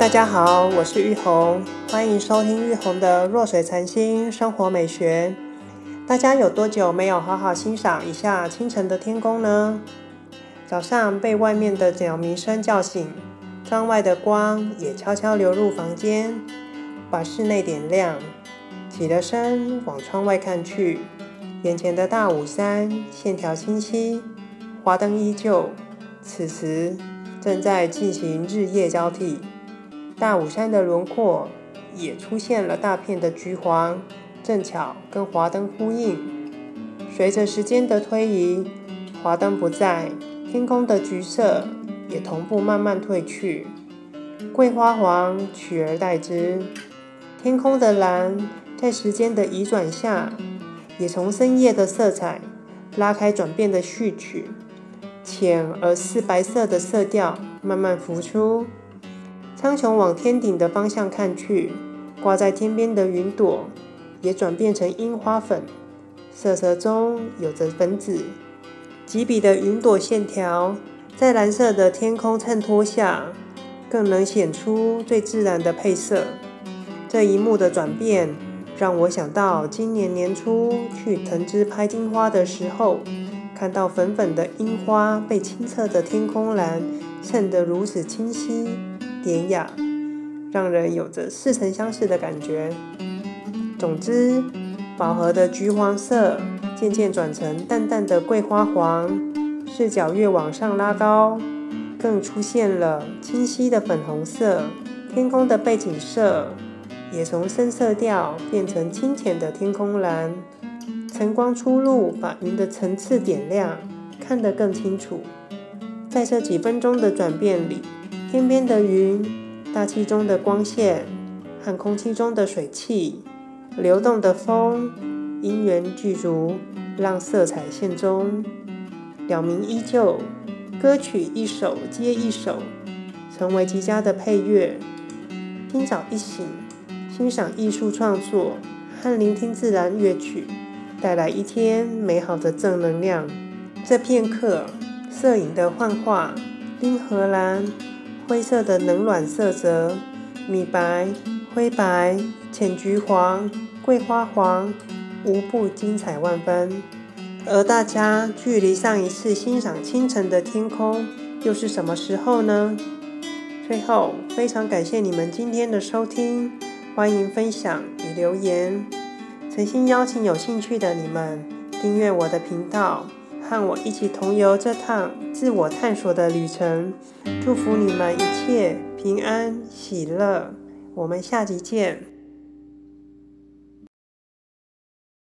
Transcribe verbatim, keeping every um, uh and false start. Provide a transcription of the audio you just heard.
大家好，我是玉红，欢迎收听玉红的弱水禅心生活美学。大家有多久没有好好欣赏一下清晨的天空呢？早上被外面的鸟鸣声叫醒，窗外的光也悄悄流入房间，把室内点亮。起了身，往窗外看去，眼前的大武山线条清晰，华灯依旧，此时正在进行日夜交替。大武山的轮廓也出现了大片的橘黄，正巧跟华灯呼应。随着时间的推移，华灯不在，天空的橘色也同步慢慢褪去，桂花黄取而代之。天空的蓝在时间的移转下，也从深夜的色彩拉开转变的序曲，浅而似白色的色调慢慢浮出。苍穹往天顶的方向看去，挂在天边的云朵也转变成樱花粉，色泽中有着粉紫。几笔的云朵线条在蓝色的天空衬托下，更能显出最自然的配色。这一幕的转变让我想到今年年初去藤枝拍樱花的时候，看到粉粉的樱花被清澈的天空蓝衬得如此清晰典雅，让人有着似曾相识的感觉。总之，饱和的橘黄色渐渐转成淡淡的桂花黄，视角越往上拉高，更出现了清晰的粉红色。天空的背景色也从深色调变成清浅的天空蓝，晨光出入把云的层次点亮，看得更清楚。在这几分钟的转变里，天边的云、大气中的光线和空气中的水汽、流动的风，因缘具足，让色彩现踪。鸟鸣依旧，歌曲一首接一首，成为极佳的配乐。今早一醒，欣赏艺术创作和聆听自然乐曲，带来一天美好的正能量。这片刻，摄影的幻化，冰河蓝、灰色的冷暖色泽，米白、灰白、浅橘黄、桂花黄，无不精彩万分。而大家距离上一次欣赏清晨的天空，又是什么时候呢？最后，非常感谢你们今天的收听，欢迎分享与留言。诚心邀请有兴趣的你们订阅我的频道，和我一起同游这趟自我探索的旅程。祝福你们一切平安喜乐，我们下集见。